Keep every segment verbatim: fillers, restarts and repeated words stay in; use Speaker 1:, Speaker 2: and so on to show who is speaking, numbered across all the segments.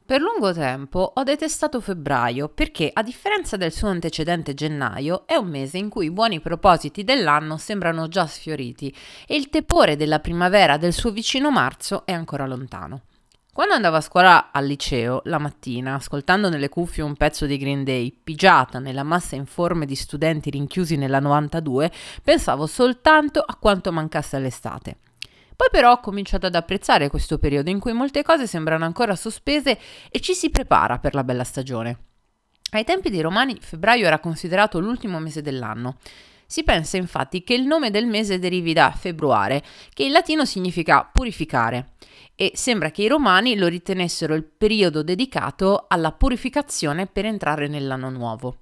Speaker 1: Per lungo tempo ho detestato febbraio perché, a differenza del suo antecedente gennaio, è un mese in cui i buoni propositi dell'anno sembrano già sfioriti e il tepore della primavera del suo vicino marzo è ancora lontano. Quando andavo a scuola al liceo, la mattina, ascoltando nelle cuffie un pezzo di Green Day, pigiata nella massa informe di studenti rinchiusi nella novantadue, pensavo soltanto a quanto mancasse all'estate. Poi però ho cominciato ad apprezzare questo periodo in cui molte cose sembrano ancora sospese e ci si prepara per la bella stagione. Ai tempi dei Romani, febbraio era considerato l'ultimo mese dell'anno. Si pensa infatti che il nome del mese derivi da februare, che in latino significa purificare, e sembra che i Romani lo ritenessero il periodo dedicato alla purificazione per entrare nell'anno nuovo.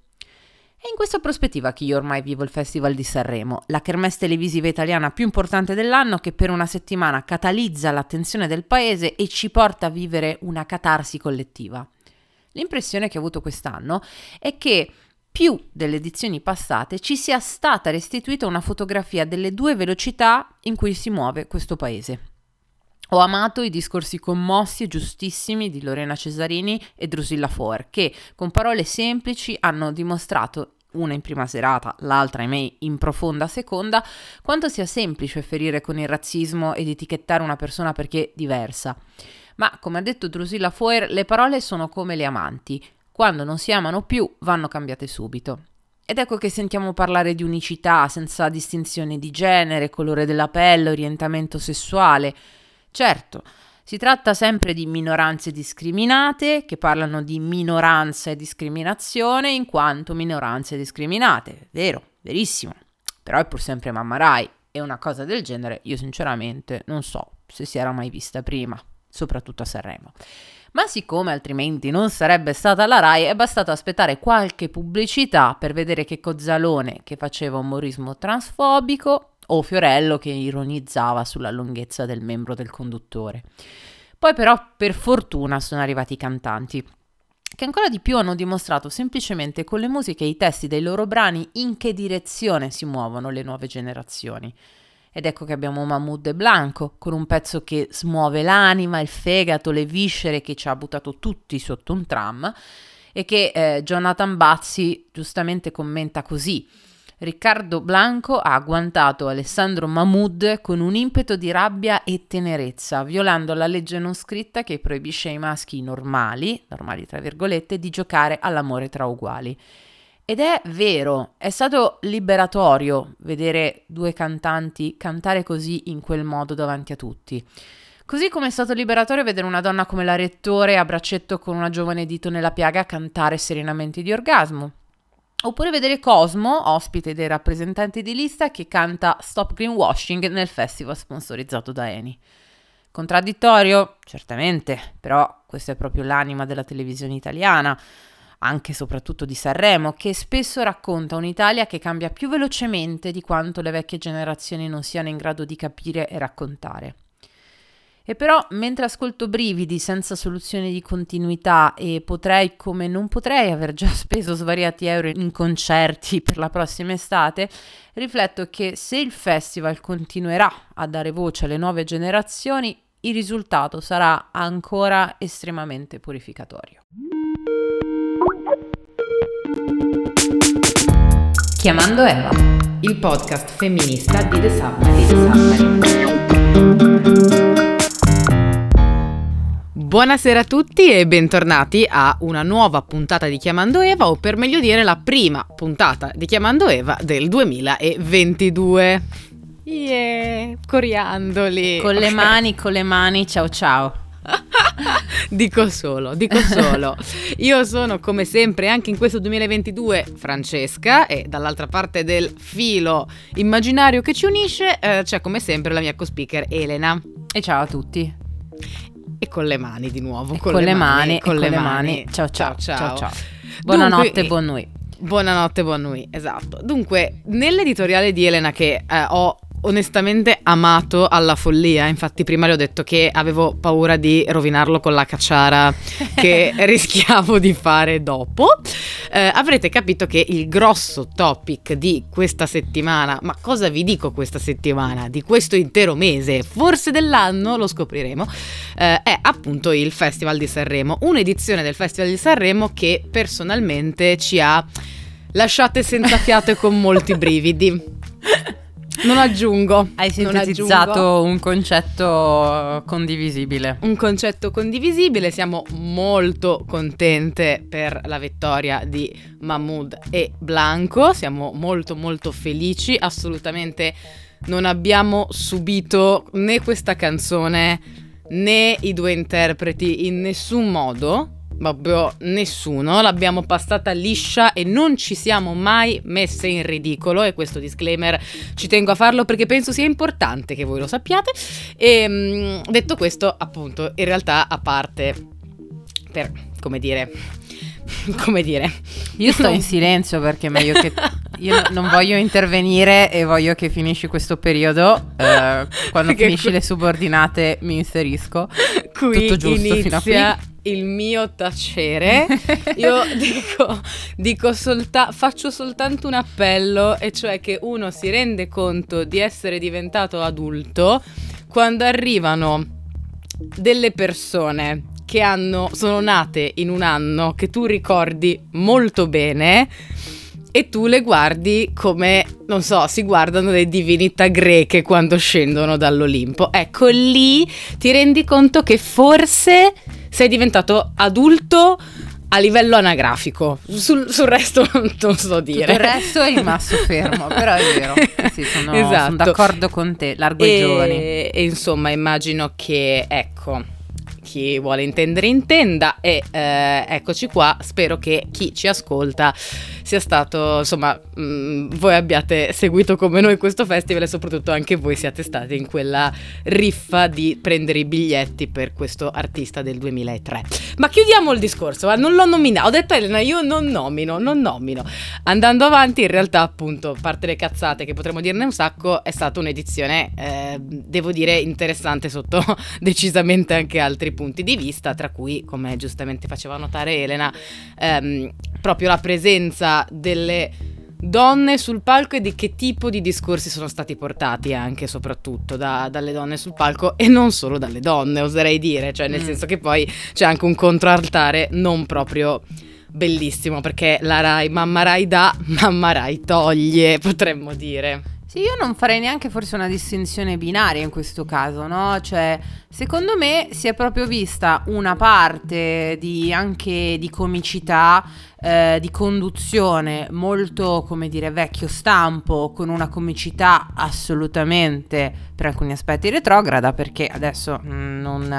Speaker 1: È in questa prospettiva che io ormai vivo il Festival di Sanremo, la kermesse televisiva italiana più importante dell'anno che per una settimana catalizza l'attenzione del paese e ci porta a vivere una catarsi collettiva. L'impressione che ho avuto quest'anno è che più delle edizioni passate ci sia stata restituita una fotografia delle due velocità in cui si muove questo paese. Ho amato i discorsi commossi e giustissimi di Lorena Cesarini e Drusilla Foer, che con parole semplici hanno dimostrato, una in prima serata, l'altra ahimè in profonda seconda, quanto sia semplice ferire con il razzismo ed etichettare una persona perché è diversa. Ma, come ha detto Drusilla Foer, le parole sono come le amanti. Quando non si amano più, vanno cambiate subito. Ed ecco che sentiamo parlare di unicità senza distinzione di genere, colore della pelle, orientamento sessuale. Certo, si tratta sempre di minoranze discriminate che parlano di minoranza e discriminazione in quanto minoranze discriminate, vero, verissimo, però è pur sempre Mamma Rai e una cosa del genere io sinceramente non so se si era mai vista prima, soprattutto a Sanremo. Ma siccome altrimenti non sarebbe stata la Rai, è bastato aspettare qualche pubblicità per vedere che Cozzalone che faceva umorismo transfobico o Fiorello che ironizzava sulla lunghezza del membro del conduttore. Poi però per fortuna sono arrivati i cantanti, che ancora di più hanno dimostrato semplicemente con le musiche e i testi dei loro brani in che direzione si muovono le nuove generazioni. Ed ecco che abbiamo Mahmood e Blanco, con un pezzo che smuove l'anima, il fegato, le viscere, che ci ha buttato tutti sotto un tram, e che eh, Jonathan Bazzi giustamente commenta così: Riccardo Blanco ha agguantato Alessandro Mahmood con un impeto di rabbia e tenerezza, violando la legge non scritta che proibisce ai maschi normali, normali tra virgolette, di giocare all'amore tra uguali. Ed è vero, è stato liberatorio vedere due cantanti cantare così in quel modo davanti a tutti. Così come è stato liberatorio vedere una donna come la Rettore a braccetto con una giovane dito nella piaga cantare serenamente di orgasmo. Oppure vedere Cosmo, ospite dei rappresentanti di lista, che canta Stop Greenwashing nel festival sponsorizzato da Eni. Contraddittorio? Certamente, però questa è proprio l'anima della televisione italiana, anche e soprattutto di Sanremo, che spesso racconta un'Italia che cambia più velocemente di quanto le vecchie generazioni non siano in grado di capire e raccontare. E però, mentre ascolto brividi senza soluzione di continuità e potrei, come non potrei, aver già speso svariati euro in concerti per la prossima estate, rifletto che se il festival continuerà a dare voce alle nuove generazioni, il risultato sarà ancora estremamente purificatorio. Chiamando Eva, il podcast femminista di The Submarine. The Submarine.
Speaker 2: Buonasera a tutti e bentornati a una nuova puntata di Chiamando Eva, o per meglio dire la prima puntata di Chiamando Eva del duemilaventidue. Yeah, coriandoli.
Speaker 1: Con le mani, con le mani, ciao ciao.
Speaker 2: Dico solo, dico solo. Io sono come sempre anche in questo duemilaventidue Francesca e dall'altra parte del filo immaginario che ci unisce eh, c'è come sempre la mia co-speaker Elena.
Speaker 1: E ciao a tutti.
Speaker 2: E con le mani di nuovo,
Speaker 1: con, con le mani, mani con, con le mani. mani. Ciao ciao, ciao, ciao. ciao. Buonanotte, Dunque, buon nuit.
Speaker 2: Buonanotte, buon nuit, esatto. Dunque, nell'editoriale di Elena che eh, ho onestamente amato alla follia. Infatti prima le ho detto che avevo paura di rovinarlo con la cacciara che rischiavo di fare dopo. Eh, avrete capito che il grosso topic di questa settimana, ma cosa vi dico questa settimana, di questo intero mese, forse dell'anno, lo scopriremo, eh, è appunto il Festival di Sanremo, un'edizione del Festival di Sanremo che personalmente ci ha lasciate senza fiato e con molti brividi. Non aggiungo.
Speaker 1: Hai sintetizzato
Speaker 2: aggiungo.
Speaker 1: un concetto condivisibile.
Speaker 2: Un concetto condivisibile. Siamo molto contente per la vittoria di Mahmood e Blanco. Siamo molto molto felici. Assolutamente non abbiamo subito né questa canzone né i due interpreti in nessun modo. Proprio nessuno, l'abbiamo passata liscia e non ci siamo mai messe in ridicolo, e questo disclaimer ci tengo a farlo perché penso sia importante che voi lo sappiate. E detto questo, appunto, in realtà, a parte per, come dire, come dire,
Speaker 1: io sto in silenzio perché è meglio che io non voglio intervenire e voglio che finisci questo periodo, eh, quando
Speaker 2: Perché
Speaker 1: finisci
Speaker 2: qui-
Speaker 1: le subordinate mi inserisco.
Speaker 2: qui
Speaker 1: Tutto giusto fino a qui.
Speaker 2: inizia il mio tacere. Io dico, dico solta- faccio soltanto un appello, e cioè che uno si rende conto di essere diventato adulto quando arrivano delle persone che hanno, sono nate in un anno che tu ricordi molto bene, e tu le guardi come, non so, si guardano le divinità greche quando scendono dall'Olimpo. Ecco, lì ti rendi conto che forse sei diventato adulto a livello anagrafico. Sul, sul resto non so dire.
Speaker 1: Tutto il resto è rimasto fermo, però è vero. Sì, sono,
Speaker 2: Esatto.
Speaker 1: sono d'accordo con te, largo ai giovani.
Speaker 2: E, e insomma, immagino che, ecco, chi vuole intendere intenda, e eh, eccoci qua. Spero che chi ci ascolta sia stato, insomma, mh, voi abbiate seguito come noi questo festival, e soprattutto anche voi siate stati in quella riffa di prendere i biglietti per questo artista del duemilatré. Ma chiudiamo il discorso, va? Non l'ho nominato, ho detto a Elena, io non nomino, non nomino. Andando avanti, in realtà, appunto, a parte le cazzate che potremmo dirne un sacco, è stata un'edizione, eh, devo dire, interessante sotto decisamente anche altri punti di vista, tra cui, come giustamente faceva notare Elena, ehm, proprio la presenza delle donne sul palco, e di che tipo di discorsi sono stati portati anche soprattutto da, dalle donne sul palco, e non solo dalle donne, oserei dire, cioè nel
Speaker 1: Mm.
Speaker 2: senso che poi c'è anche un controaltare non proprio bellissimo, perché la Rai, mamma Rai dà, mamma Rai toglie, potremmo dire.
Speaker 1: Sì, io non farei neanche forse una distinzione binaria in questo caso, no? Cioè, secondo me si è proprio vista una parte di anche di comicità, eh, di conduzione molto, come dire, vecchio stampo, con una comicità assolutamente per alcuni aspetti retrograda, perché adesso mh, non...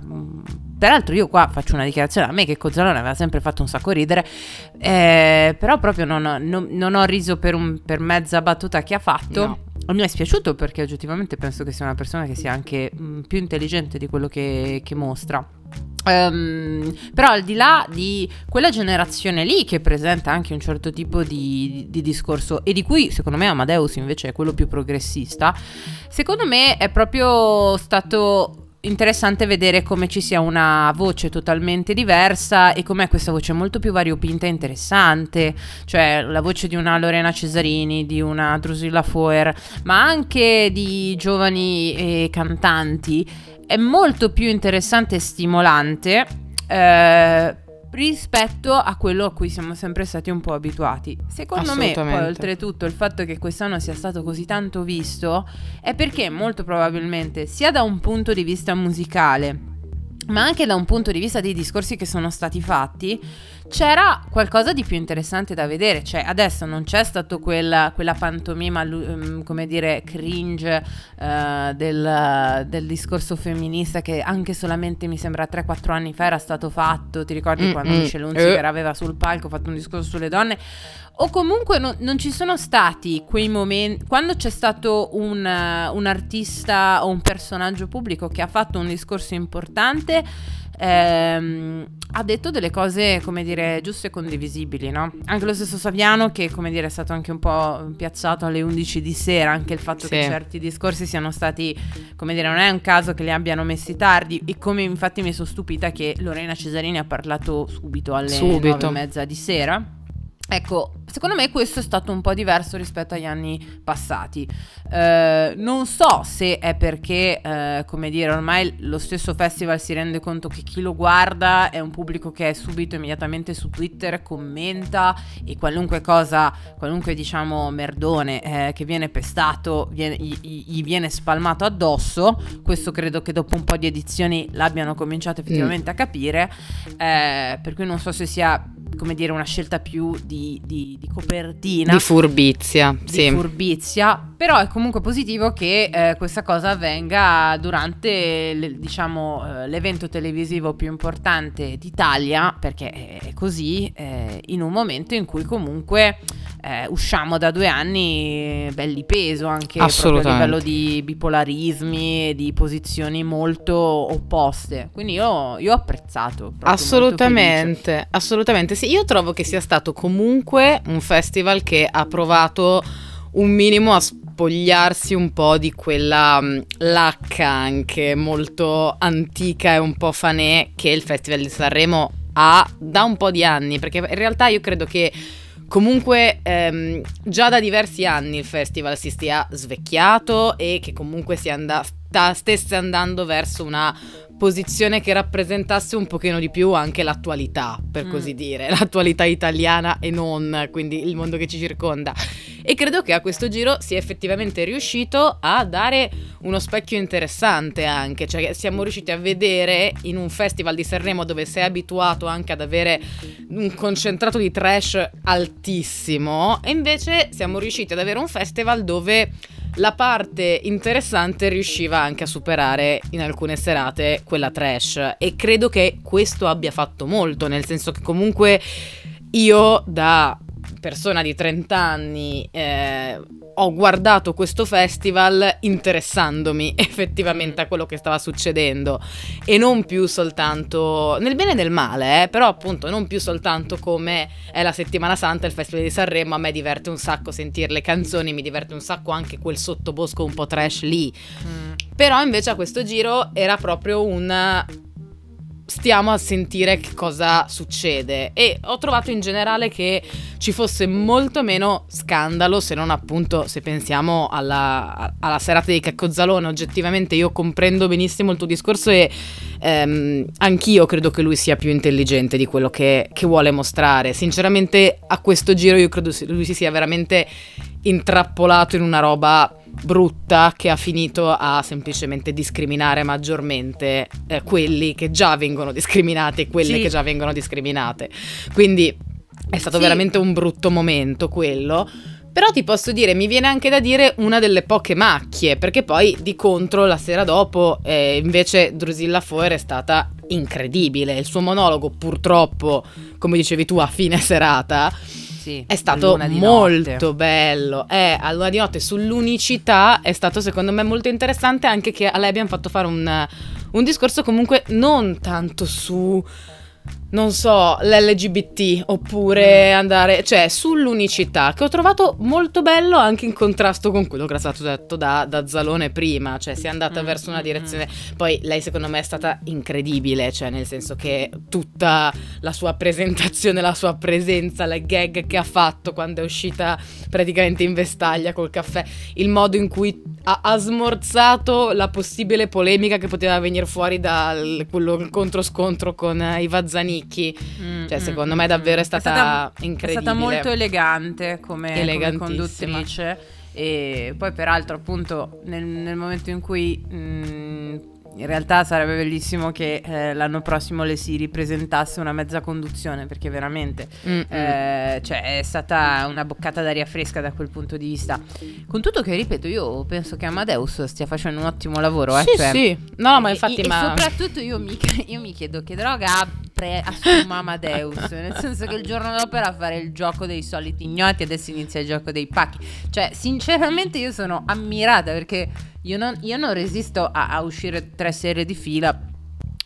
Speaker 1: eh, peraltro io qua faccio una dichiarazione, a me che Cozzalone aveva sempre fatto un sacco ridere, eh, però proprio non, non- non ho riso per, un- per mezza battuta che ha fatto.
Speaker 2: No.
Speaker 1: Mi è spiaciuto perché oggettivamente penso che sia una persona che sia anche mh, più intelligente di quello che, che mostra. Ehm, però al di là di quella generazione lì che presenta anche un certo tipo di, di discorso, e di cui secondo me Amadeus invece è quello più progressista, secondo me è proprio stato interessante vedere come ci sia una voce totalmente diversa, e com'è questa voce molto più variopinta e interessante, cioè la voce di una Lorena Cesarini, di una Drusilla Foer, ma anche di giovani eh, cantanti. È molto più interessante e stimolante eh, rispetto a quello a cui siamo sempre stati un po' abituati. Secondo me, poi
Speaker 2: Assolutamente.
Speaker 1: oltretutto, il fatto che quest'anno sia stato così tanto visto è perché molto probabilmente, sia da un punto di vista musicale, ma anche da un punto di vista dei discorsi che sono stati fatti, c'era qualcosa di più interessante da vedere. Cioè adesso non c'è stato quella, quella pantomima, lu- ehm, come dire, cringe eh, del, del discorso femminista che anche solamente mi sembra tre quattro anni fa era stato fatto. Ti ricordi
Speaker 2: Mm,
Speaker 1: quando
Speaker 2: mm,
Speaker 1: Michelle Hunziker
Speaker 2: eh.
Speaker 1: aveva sul palco fatto un discorso sulle donne? O comunque no- non ci sono stati quei momenti quando c'è stato un, eh, un artista o un personaggio pubblico che ha fatto un discorso importante. ehm, ha detto delle cose, come dire, giuste e condivisibili, no? Anche lo stesso Saviano, che, come dire, è stato anche un po' piazzato alle undici di sera, anche il fatto
Speaker 2: Sì.
Speaker 1: che certi discorsi siano stati, come dire, non è un caso che li abbiano messi tardi, e come infatti mi sono stupita che Lorena Cesarini ha parlato subito alle
Speaker 2: Subito.
Speaker 1: nove e mezza di sera. Ecco, secondo me questo è stato un po' diverso rispetto agli anni passati. Eh, non so se è perché, eh, come dire, ormai lo stesso festival si rende conto che chi lo guarda è un pubblico che è subito, immediatamente su Twitter, commenta, e qualunque cosa, qualunque diciamo merdone eh, che viene pestato, viene, gli, gli viene spalmato addosso. Questo credo che dopo un po' di edizioni l'abbiano cominciato effettivamente mm. a capire, eh, per cui non so se sia, come dire, una scelta più di, di, di copertina,
Speaker 2: di furbizia,
Speaker 1: di
Speaker 2: sì.
Speaker 1: furbizia, però è comunque positivo che eh, questa cosa avvenga durante le, diciamo eh, l'evento televisivo più importante d'Italia, perché è così, eh, in un momento in cui comunque eh, usciamo da due anni belli peso, anche proprio a livello di bipolarismi e di posizioni molto opposte, quindi io, io ho apprezzato
Speaker 2: assolutamente, assolutamente sì. Io trovo che sia stato comunque un festival che ha provato un minimo a spogliarsi un po' di quella um, lacca anche molto antica e un po' fanè che il Festival di Sanremo ha da un po' di anni, perché in realtà io credo che comunque ehm, già da diversi anni il festival si stia svecchiato e che comunque si anda, sta, stesse andando verso una posizione che rappresentasse un pochino di più anche l'attualità, per mm. così dire, l'attualità italiana e non, quindi il mondo che ci circonda. E credo che a questo giro sia effettivamente riuscito a dare uno specchio interessante anche, cioè siamo riusciti a vedere in un festival di Sanremo dove sei abituato anche ad avere un concentrato di trash altissimo, e invece siamo riusciti ad avere un festival dove la parte interessante riusciva anche a superare in alcune serate quella trash, e credo che questo abbia fatto molto, nel senso che comunque io da persona di trenta anni eh, ho guardato questo festival interessandomi effettivamente a quello che stava succedendo, e non più soltanto nel bene e nel male, eh, però appunto non più soltanto come è la settimana santa, il Festival di Sanremo. A me diverte un sacco sentire le canzoni, mi diverte un sacco anche quel sottobosco un po' trash lì, mm. però invece a questo giro era proprio un stiamo a sentire che cosa succede, e ho trovato in generale che ci fosse molto meno scandalo, se non appunto se pensiamo alla, alla serata di Checco Zalone. Oggettivamente io comprendo benissimo il tuo discorso e ehm, anch'io credo che lui sia più intelligente di quello che, che vuole mostrare. Sinceramente a questo giro io credo lui si sia veramente intrappolato in una roba brutta che ha finito a semplicemente discriminare maggiormente eh, quelli che già vengono discriminati e quelle sì. che già vengono discriminate, quindi è stato sì. veramente un brutto momento quello. Però ti posso dire, mi viene anche da dire una delle poche macchie, perché poi di contro la sera dopo eh, invece Drusilla Foer è stata incredibile. Il suo monologo, purtroppo, come dicevi tu, a fine serata sì, è stato molto notte. bello. Eh, a Luna di Notte sull'unicità è stato secondo me molto interessante, anche che a lei abbiamo fatto fare un, un discorso comunque non tanto su, non so, l'L G B T, oppure andare, cioè sull'unicità, che ho trovato molto bello, anche in contrasto con quello che era stato detto da, da Zalone prima, cioè si è andata mm, verso una direzione, poi lei secondo me è stata incredibile, cioè nel senso che tutta la sua presentazione, la sua presenza, le gag che ha fatto quando è uscita praticamente in vestaglia col caffè, il modo in cui ha, ha smorzato la possibile polemica che poteva venire fuori da quello incontro-scontro con eh, i Vazzanicchi. Mm, cioè secondo mm, me davvero è stata, è stata incredibile, è stata
Speaker 1: molto elegante come, come conduttrice, e poi peraltro appunto nel, nel momento in cui mh, in realtà sarebbe bellissimo che eh, l'anno prossimo le si ripresentasse una mezza conduzione, perché veramente eh, cioè è stata una boccata d'aria fresca da quel punto di vista. Con tutto che, ripeto, io penso che Amadeus stia facendo un ottimo lavoro, eh,
Speaker 2: sì
Speaker 1: cioè,
Speaker 2: sì no ma infatti
Speaker 1: e,
Speaker 2: ma...
Speaker 1: e soprattutto io mi, io mi chiedo che droga pre assuma Amadeus, nel senso che il giorno dopo era a fare il gioco dei soliti ignoti, adesso inizia il gioco dei pacchi. Cioè sinceramente io sono ammirata, perché io non, io non resisto a, a uscire tre serie di fila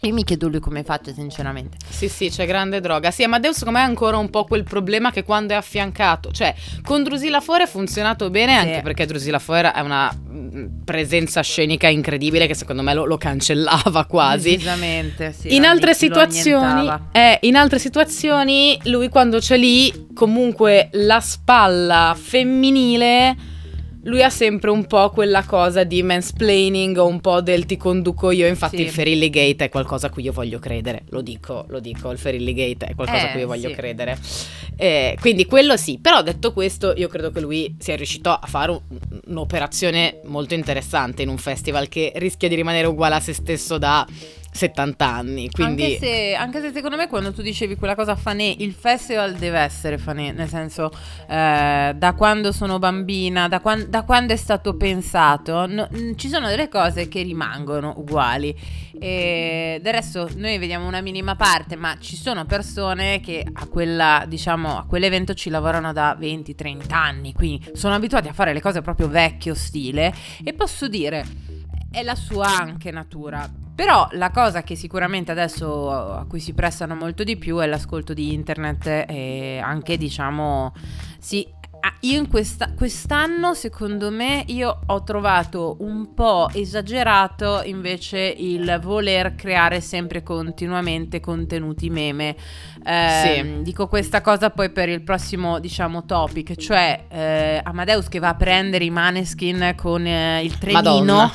Speaker 1: Io mi chiedo lui come faccia, sinceramente.
Speaker 2: Sì, sì, c'è grande droga. Sì, Amadeus secondo me ha ancora un po' quel problema che quando è affiancato, cioè con Drusilla Foer è funzionato bene, sì, anche perché Drusilla Foer è una mh, presenza scenica incredibile che secondo me lo, lo cancellava quasi.
Speaker 1: Decisamente, sì.
Speaker 2: In altre situazioni, eh, in altre situazioni lui quando c'è lì, comunque la spalla femminile, lui ha sempre un po' quella cosa di mansplaining o un po' del ti conduco io. Infatti sì, il Ferilli Gate è qualcosa a cui io voglio credere. Lo dico, lo dico, il Ferilli Gate è qualcosa
Speaker 1: eh,
Speaker 2: a cui io voglio
Speaker 1: sì.
Speaker 2: credere. Eh, quindi quello sì. Però detto questo, io credo che lui sia riuscito a fare un, un'operazione molto interessante in un festival che rischia di rimanere uguale a se stesso da settanta anni, quindi
Speaker 1: anche se, anche se secondo me quando tu dicevi quella cosa fanè, il festival deve essere fanè, nel senso eh, da quando sono bambina, da, quan- da quando è stato pensato, no, ci sono delle cose che rimangono uguali e del resto noi vediamo una minima parte, ma ci sono persone che a quella, diciamo, a quell'evento ci lavorano da venti trenta anni, quindi sono abituati a fare le cose proprio vecchio stile e posso dire è la sua anche natura. Però la cosa che sicuramente adesso a cui si prestano molto di più è l'ascolto di internet e anche diciamo sì. Io in questa, quest'anno secondo me io ho trovato un po' esagerato invece il voler creare sempre continuamente contenuti meme. Eh, sì. Dico questa cosa poi per il prossimo diciamo topic, cioè eh, Amadeus che va a prendere i Maneskin con eh, il trenino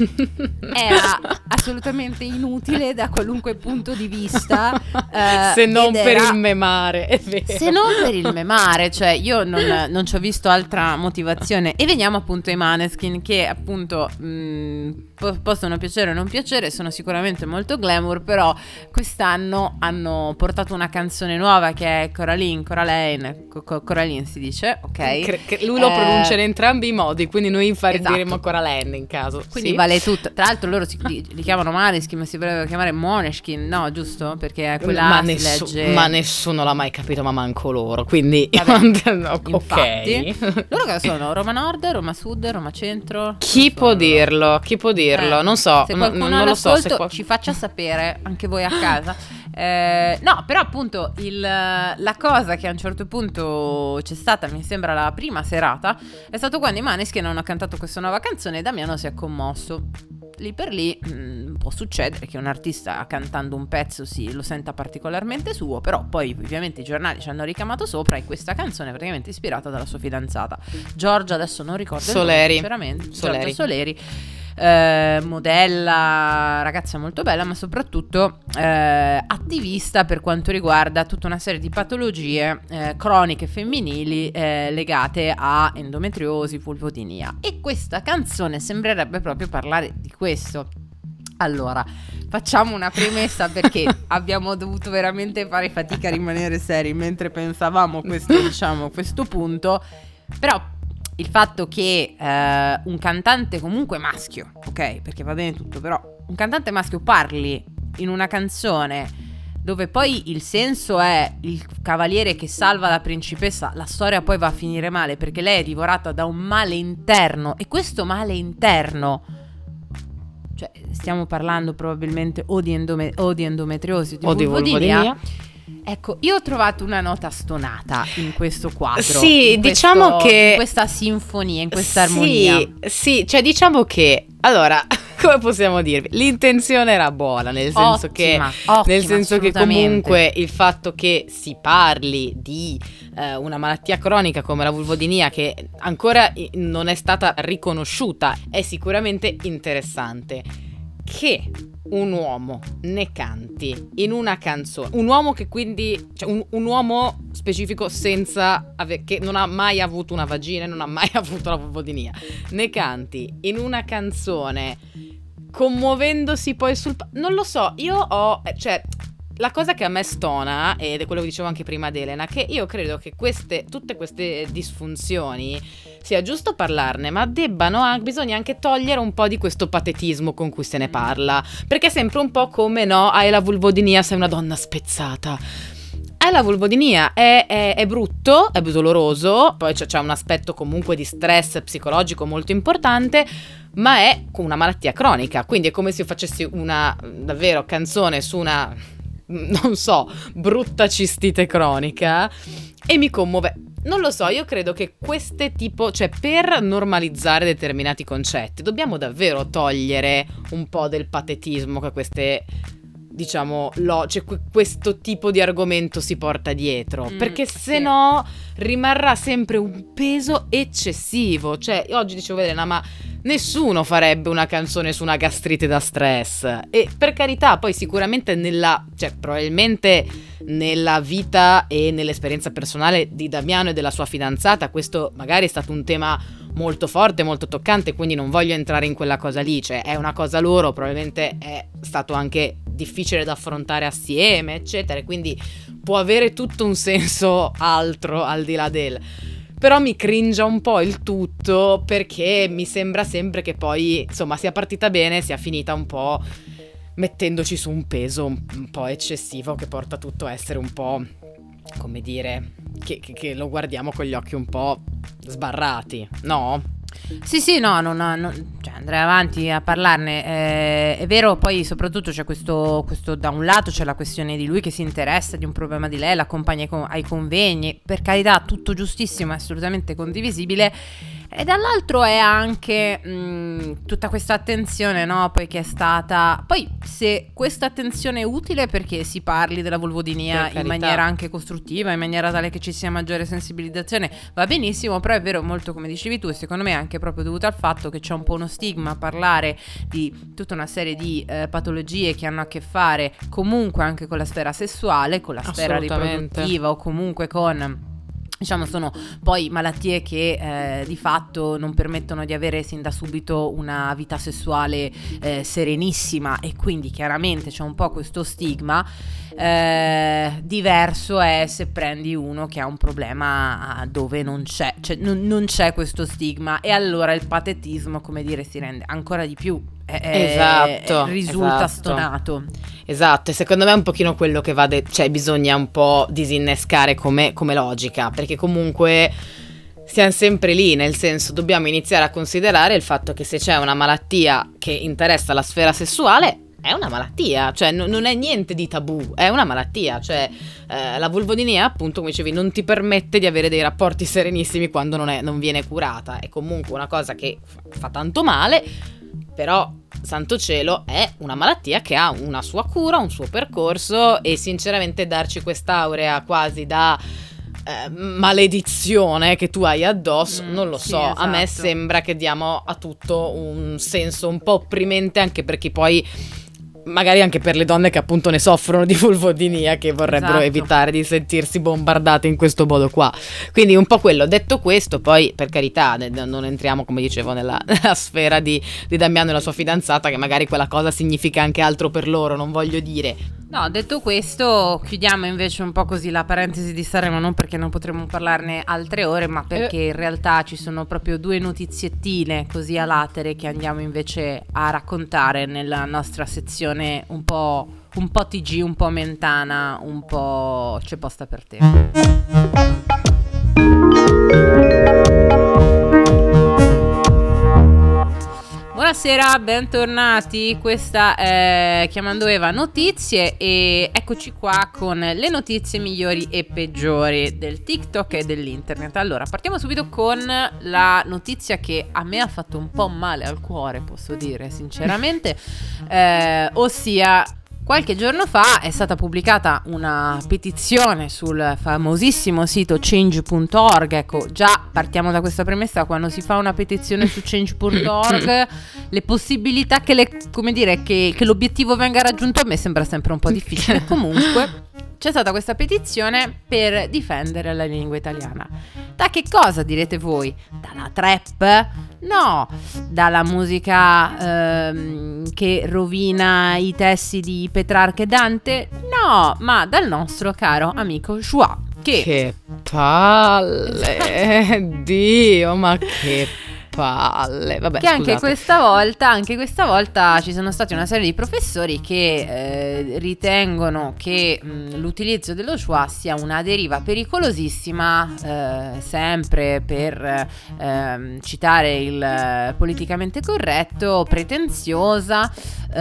Speaker 1: era assolutamente inutile da qualunque punto di vista, eh,
Speaker 2: se non per
Speaker 1: era,
Speaker 2: il memare, è vero.
Speaker 1: Se non per il memare, cioè io non non ci ho visto altra motivazione. E veniamo appunto ai Maneskin che appunto mh, po- possono piacere o non piacere, sono sicuramente molto glamour, però quest'anno hanno portato una canzone nuova che è Coraline, Coraline, Co- Co- Coraline si dice, ok?
Speaker 2: Cre- che lui lo
Speaker 1: eh,
Speaker 2: pronuncia in entrambi i modi, quindi noi infatti
Speaker 1: esatto.
Speaker 2: diremo Coraline in caso.
Speaker 1: Quindi
Speaker 2: sì.
Speaker 1: vale tutto. Tra l'altro loro si, li, li chiamano Maneskin, ma si dovrebbero chiamare Moneskin, no, giusto? Perché è quella
Speaker 2: ma,
Speaker 1: si
Speaker 2: nessu-
Speaker 1: legge...
Speaker 2: ma nessuno l'ha mai capito, ma manco loro, quindi
Speaker 1: Vabbè,
Speaker 2: ok.
Speaker 1: Loro che sono? Roma Nord, Roma Sud, Roma Centro?
Speaker 2: Chi può dirlo? Chi può dirlo?
Speaker 1: Eh,
Speaker 2: non so,
Speaker 1: se
Speaker 2: n-
Speaker 1: qualcuno
Speaker 2: non lo so se
Speaker 1: all'ascolto
Speaker 2: qua...
Speaker 1: ci faccia sapere anche voi a casa. Eh, no, però appunto il, la cosa che a un certo punto c'è stata, mi sembra la prima serata, è stato quando i Maneskin hanno cantato questa nuova canzone e Damiano si è commosso. Lì per lì mh, può succedere che un artista cantando un pezzo si lo senta particolarmente suo, però poi ovviamente i giornali ci hanno ricamato sopra e questa canzone è praticamente ispirata dalla sua fidanzata Giorgia, adesso non ricordo
Speaker 2: Soleri.
Speaker 1: il nome, sinceramente
Speaker 2: Soleri.
Speaker 1: Giorgia Soleri, eh, modella, ragazza molto bella, ma soprattutto eh, attivista per quanto riguarda tutta una serie di patologie eh, croniche femminili eh, legate a endometriosi, vulvodynia, e questa canzone sembrerebbe proprio parlare di questo. Allora, facciamo una premessa perché abbiamo dovuto veramente fare fatica a rimanere seri mentre pensavamo questo, diciamo, questo punto. Però il fatto che eh, un cantante comunque maschio, ok, perché va bene tutto, però un cantante maschio parli in una canzone dove poi il senso è il cavaliere che salva la principessa, la storia poi va a finire male perché lei è divorata da un male interno, e questo male interno, cioè stiamo parlando probabilmente o di, endome- o di endometriosi o di vulvodynia. Ecco, io ho trovato una nota stonata in questo quadro.
Speaker 2: Sì,
Speaker 1: in
Speaker 2: diciamo
Speaker 1: questo,
Speaker 2: che
Speaker 1: in questa sinfonia, in questa
Speaker 2: sì,
Speaker 1: armonia.
Speaker 2: Sì, cioè diciamo che allora, come possiamo dirvi? L'intenzione era buona, nel senso
Speaker 1: Ottima,
Speaker 2: che
Speaker 1: ottima,
Speaker 2: nel senso che
Speaker 1: assolutamente.
Speaker 2: comunque il fatto che si parli di eh, una malattia cronica come la vulvodynia che ancora non è stata riconosciuta è sicuramente interessante. Che un uomo ne canti in una canzone, un uomo che quindi, cioè un, un uomo specifico senza ave- che non ha mai avuto una vagina, non ha mai avuto la vulvodynia, ne canti in una canzone commuovendosi poi sul pa- non lo so, io ho, cioè la cosa che a me stona, ed è quello che dicevo anche prima ad Elena, che io credo che queste, tutte queste disfunzioni sia giusto parlarne, ma debbano anche, bisogna anche togliere un po' di questo patetismo con cui se ne parla, perché è sempre un po' come, no, hai la vulvodynia, sei una donna spezzata. è la vulvodynia, è, è, è brutto, è doloroso, poi c'è, c'è un aspetto comunque di stress psicologico molto importante, ma è una malattia cronica, quindi è come se io facessi una davvero canzone su una, non so, brutta cistite cronica e mi commuove. Non lo so, io credo che queste tipo, cioè per normalizzare determinati concetti dobbiamo davvero togliere un po' del patetismo che queste, diciamo, lo, cioè questo tipo di argomento si porta dietro, mm, perché se sì. no rimarrà sempre un peso eccessivo. Cioè oggi dicevo, Elena, ma nessuno farebbe una canzone su una gastrite da stress, e per carità poi sicuramente nella, cioè probabilmente nella vita e nell'esperienza personale di Damiano e della sua fidanzata questo magari è stato un tema molto forte, molto toccante, quindi non voglio entrare in quella cosa lì, cioè è una cosa loro, probabilmente è stato anche difficile da affrontare assieme, eccetera, quindi può avere tutto un senso altro al di là del... Però mi cringia un po' il tutto, perché mi sembra sempre che poi, insomma, sia partita bene, sia finita un po' mettendoci su un peso un, un po' eccessivo che porta tutto a essere un po', come dire, che, che, che lo guardiamo con gli occhi un po' sbarrati, no?
Speaker 1: Sì, sì, no, non, non, cioè andrei avanti a parlarne. Eh, è vero, poi soprattutto c'è questo, questo, da un lato c'è la questione di lui che si interessa di un problema di lei, l'accompagna ai, ai convegni, per carità, tutto giustissimo, assolutamente condivisibile. E dall'altro è anche mh, tutta questa attenzione, no? Poi che è stata... Poi se questa attenzione è utile perché si parli della vulvodynia in maniera anche costruttiva, in maniera tale che ci sia maggiore sensibilizzazione, va benissimo, però è vero molto come dicevi tu, e secondo me è anche proprio dovuto al fatto che c'è un po' uno stigma a parlare di tutta una serie di eh, patologie che hanno a che fare comunque anche con la sfera sessuale, con la sfera riproduttiva o comunque con... Diciamo sono poi malattie che eh, di fatto non permettono di avere sin da subito una vita sessuale eh, serenissima, e quindi chiaramente c'è un po' questo stigma. Eh, diverso è se prendi uno che ha un problema dove non c'è, cioè non, non c'è questo stigma, e allora il patetismo, come dire, si rende ancora di più è,
Speaker 2: esatto,
Speaker 1: risulta
Speaker 2: esatto.
Speaker 1: stonato.
Speaker 2: Esatto, e secondo me è un pochino quello che va, de- cioè bisogna un po' disinnescare come, come logica, perché comunque siamo sempre lì, nel senso dobbiamo iniziare a considerare il fatto che se c'è una malattia che interessa la sfera sessuale è una malattia, cioè n- non è niente di tabù, è una malattia, cioè eh, la vulvodynia, appunto come dicevi, non ti permette di avere dei rapporti serenissimi quando non, è, non viene curata, è comunque una cosa che fa, fa tanto male, però santo cielo è una malattia che ha una sua cura, un suo percorso, e sinceramente darci quest'aurea quasi da eh, maledizione che tu hai addosso, mm, non lo
Speaker 1: sì,
Speaker 2: so,
Speaker 1: esatto.
Speaker 2: A me sembra che diamo a tutto un senso un po' opprimente, anche perché poi magari anche per le donne che appunto ne soffrono di vulvodynia, che vorrebbero esatto. evitare di sentirsi bombardate in questo modo qua. Quindi un po' quello. Detto questo, poi per carità non entriamo, come dicevo, nella, nella sfera di, di Damiano e la sua fidanzata, che magari quella cosa significa anche altro per loro, non voglio dire.
Speaker 1: No, detto questo, chiudiamo invece un po' così la parentesi di Sanremo, non perché non potremo parlarne altre ore, ma perché in realtà ci sono proprio due notiziettine così a latere che andiamo invece a raccontare nella nostra sezione un po', un po' T G, un po' Mentana, un po' C'è posta per te. Buonasera, bentornati, questa è Chiamando Eva Notizie, e eccoci qua con le notizie migliori e peggiori del TikTok e dell'internet. Allora, partiamo subito con la notizia che a me ha fatto un po' male al cuore, posso dire sinceramente, eh, ossia... Qualche giorno fa è stata pubblicata una petizione sul famosissimo sito change punto org. Ecco, già partiamo da questa premessa: quando si fa una petizione su change punto org, le possibilità che, le, come dire, che, che l'obiettivo venga raggiunto a me sembra sempre un po' difficile. Comunque c'è stata questa petizione per difendere la lingua italiana. Da che cosa, direte voi? Dalla trap? No. Dalla musica ehm, che rovina i testi di Petrarca e Dante? No, ma dal nostro caro amico Joao, che...
Speaker 2: Che palle! Dio, ma che palle! palle. Vabbè,
Speaker 1: che anche
Speaker 2: scusate.
Speaker 1: questa volta, anche questa volta ci sono stati una serie di professori che eh, ritengono che mh, l'utilizzo dello schwa sia una deriva pericolosissima, eh, sempre per eh, citare il eh, politicamente corretto, pretenziosa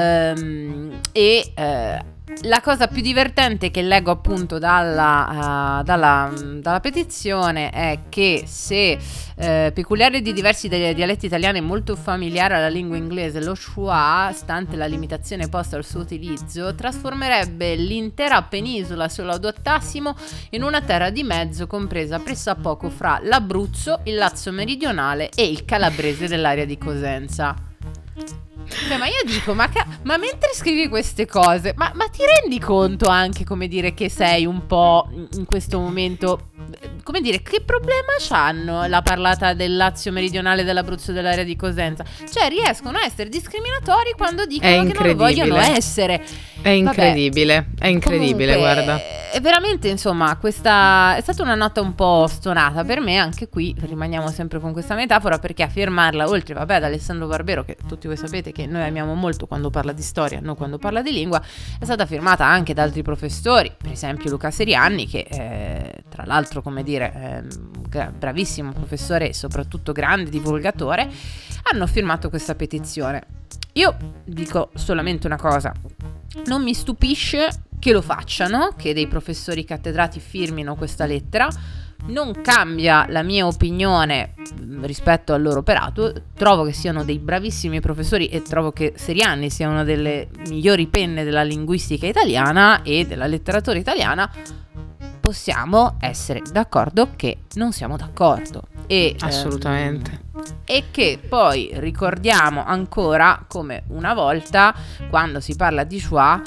Speaker 1: ehm, e eh, la cosa più divertente che leggo appunto dalla, uh, dalla, dalla petizione è che se uh, peculiare di diversi dialetti italiani e molto familiare alla lingua inglese, lo schwa, stante la limitazione posta al suo utilizzo, trasformerebbe l'intera penisola, se lo adottassimo, in una terra di mezzo compresa pressappoco fra l'Abruzzo, il Lazio meridionale e il Calabrese dell'area di Cosenza. Beh, ma io dico, ma, ca- ma mentre scrivi queste cose, ma, ma ti rendi conto anche, come dire, che sei un po' in questo momento, come dire, che problema c'hanno la parlata del Lazio meridionale, dell'Abruzzo, dell'area di Cosenza? Cioè, riescono a essere discriminatori quando dicono che non lo vogliono essere.
Speaker 2: È incredibile, Vabbè, è incredibile,
Speaker 1: comunque,
Speaker 2: guarda.
Speaker 1: È veramente, insomma, questa è stata una nota un po' stonata per me. Anche qui rimaniamo sempre con questa metafora, perché a firmarla, oltre, vabbè, ad Alessandro Barbero, che tutti voi sapete che noi amiamo molto quando parla di storia, non quando parla di lingua, è stata firmata anche da altri professori, per esempio Luca Serianni, che eh, tra l'altro, come dire, eh, bravissimo professore e soprattutto grande divulgatore, hanno firmato questa petizione. Io dico solamente una cosa: non mi stupisce che lo facciano, che dei professori cattedrati firmino questa lettera. Non cambia la mia opinione rispetto al loro operato. Trovo che siano dei bravissimi professori e trovo che Serianni sia una delle migliori penne della linguistica italiana e della letteratura italiana. Possiamo essere d'accordo che non siamo d'accordo. E,
Speaker 2: assolutamente.
Speaker 1: Ehm, e che poi ricordiamo ancora come una volta, quando si parla di schwa,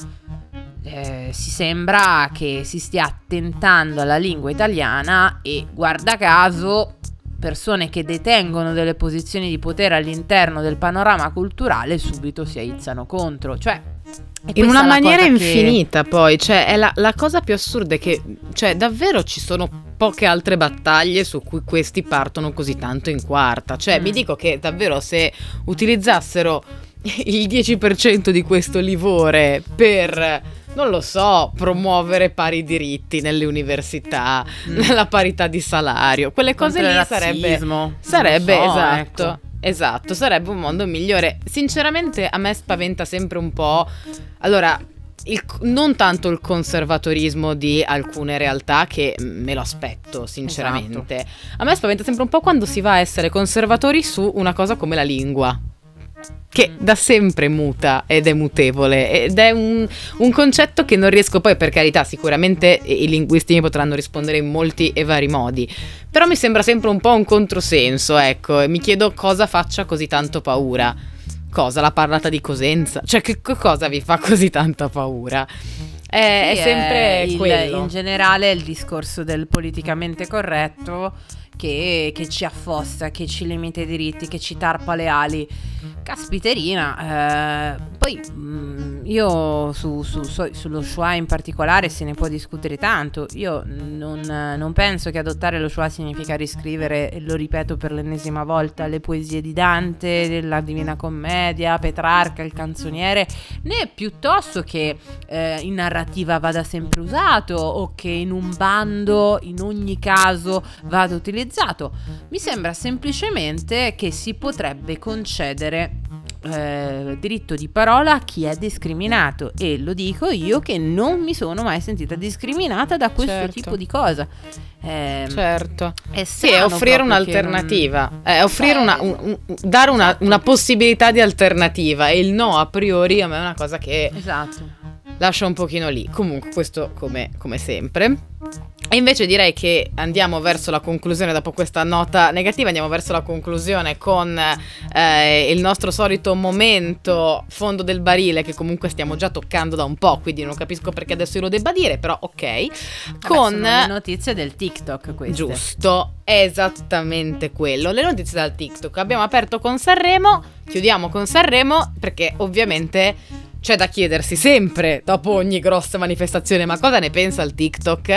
Speaker 1: Eh, si sembra che si stia attentando alla lingua italiana e, guarda caso, persone che detengono delle posizioni di potere all'interno del panorama culturale subito si aizzano contro. Cioè,
Speaker 2: in una maniera
Speaker 1: che...
Speaker 2: infinita, poi, cioè, è la, la cosa più assurda è che, cioè, davvero ci sono poche altre battaglie su cui questi partono così tanto in quarta. Cioè, mm. mi dico che davvero se utilizzassero il dieci per cento di questo livore per, non lo so, promuovere pari diritti nelle università, mm. la parità di salario, quelle cose lì sarebbe sarebbe so, esatto ecco. esatto sarebbe un mondo migliore. Sinceramente a me spaventa sempre un po', allora, il, non tanto il conservatorismo di alcune realtà, che me lo aspetto sinceramente, esatto. A me spaventa sempre un po' quando si va a essere conservatori su una cosa come la lingua, che da sempre muta ed è mutevole, ed è un, un concetto che non riesco, poi per carità sicuramente i linguisti mi potranno rispondere in molti e vari modi, però mi sembra sempre un po' un controsenso, ecco, e mi chiedo cosa faccia così tanto paura. Cosa? La parlata di Cosenza? Cioè, che cosa vi fa così tanta paura? È, sì, è sempre è il, quello.
Speaker 1: In generale il discorso del politicamente corretto che, che ci affossa, che ci limita i diritti, che ci tarpa le ali. Caspiterina, eh, poi mh, io su, su, su, sullo schwa in particolare se ne può discutere tanto. Io non, non penso che adottare lo schwa significa riscrivere, lo ripeto per l'ennesima volta, le poesie di Dante, della Divina Commedia, Petrarca, il Canzoniere, né piuttosto che eh, in narrativa vada sempre usato o che in un bando in ogni caso vada utilizzato. Mi sembra semplicemente che si potrebbe concedere Eh, diritto di parola a chi è discriminato, e lo dico io che non mi sono mai sentita discriminata da questo
Speaker 2: certo.
Speaker 1: tipo di cosa. Eh,
Speaker 2: certo,
Speaker 1: è
Speaker 2: sì, è offrire un'alternativa, non... è offrire Beh, una, un, un, dare una, una possibilità di alternativa, e il no a priori a me è una cosa che
Speaker 1: esatto.
Speaker 2: lascia un pochino lì. Comunque questo come, come sempre. E invece direi che andiamo verso la conclusione, dopo questa nota negativa andiamo verso la conclusione con eh, il nostro solito momento fondo del barile, che comunque stiamo già toccando da un po', quindi non capisco perché adesso io lo debba dire, però ok.
Speaker 1: Vabbè,
Speaker 2: con
Speaker 1: sono le notizie del TikTok queste.
Speaker 2: Giusto, esattamente quello, le notizie dal TikTok. Abbiamo aperto con Sanremo, chiudiamo con Sanremo, perché ovviamente c'è da chiedersi sempre, dopo ogni grossa manifestazione, ma cosa ne pensa il TikTok?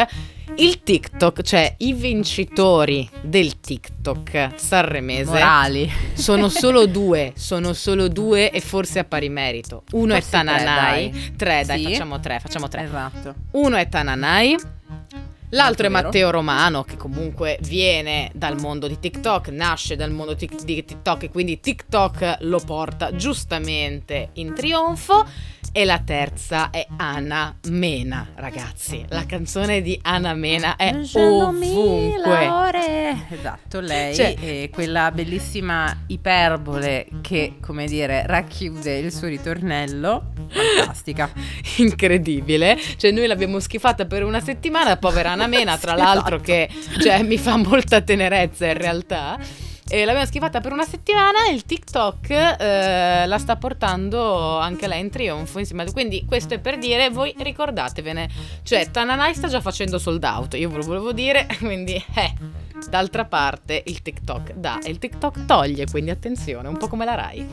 Speaker 2: Il TikTok, cioè i vincitori del TikTok sanremese
Speaker 1: morali
Speaker 2: sono solo due, sono solo due e forse a pari merito. Uno
Speaker 1: forse
Speaker 2: è Tananai,
Speaker 1: tre, dai,
Speaker 2: tre, dai
Speaker 1: sì.
Speaker 2: facciamo tre, facciamo tre.
Speaker 1: Esatto.
Speaker 2: Uno è Tananai, l'altro è
Speaker 1: vero.
Speaker 2: Matteo Romano, che comunque viene dal mondo di TikTok, nasce dal mondo tic- di TikTok e quindi TikTok lo porta giustamente in trionfo. E la terza è Ana Mena, ragazzi. La canzone di Ana Mena è ovunque.
Speaker 1: Ore. Esatto, lei
Speaker 2: Cioè-
Speaker 1: è quella bellissima iperbole che, come dire, racchiude il suo ritornello. Fantastica.
Speaker 2: Incredibile. Cioè noi l'abbiamo schifata per una settimana, povera Ana Mena, tra l'altro,
Speaker 1: Esatto.
Speaker 2: che cioè, mi fa molta tenerezza in realtà. E l'abbiamo schifata per una settimana e il TikTok eh, la sta portando anche lei in trionfo insieme a... Quindi questo è per dire, voi ricordatevene, cioè Tananai sta già facendo sold out, io ve lo volevo dire, quindi eh, d'altra parte il TikTok dà e il TikTok toglie, quindi attenzione, un po' come la Rai.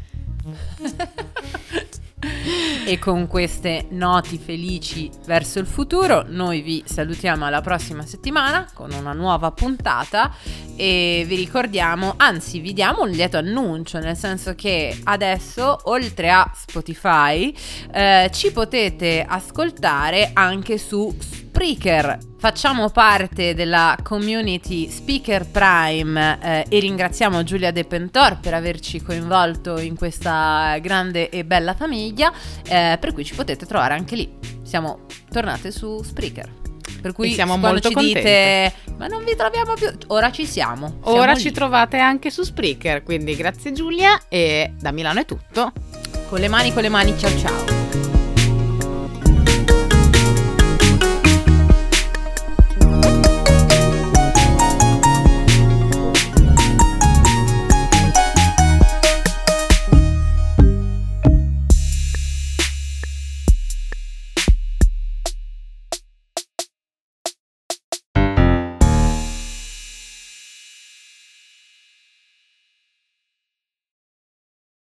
Speaker 1: E con queste noti felici verso il futuro noi vi salutiamo alla prossima settimana con una nuova puntata e vi ricordiamo, anzi vi diamo un lieto annuncio, nel senso che adesso oltre a Spotify eh, ci potete ascoltare anche su Spreaker. Facciamo parte della community Speaker Prime eh, e ringraziamo Giulia De Pentor per averci coinvolto in questa grande e bella famiglia, eh, per cui ci potete trovare anche lì. Siamo tornate su Spreaker. Per cui
Speaker 2: E siamo
Speaker 1: quando
Speaker 2: molto
Speaker 1: ci
Speaker 2: contente.
Speaker 1: dite ma non vi troviamo più, ora ci siamo.
Speaker 2: Ora
Speaker 1: siamo
Speaker 2: ci
Speaker 1: lì.
Speaker 2: trovate anche su Spreaker, quindi grazie Giulia e da Milano è tutto.
Speaker 1: Con le mani, con le mani, ciao ciao.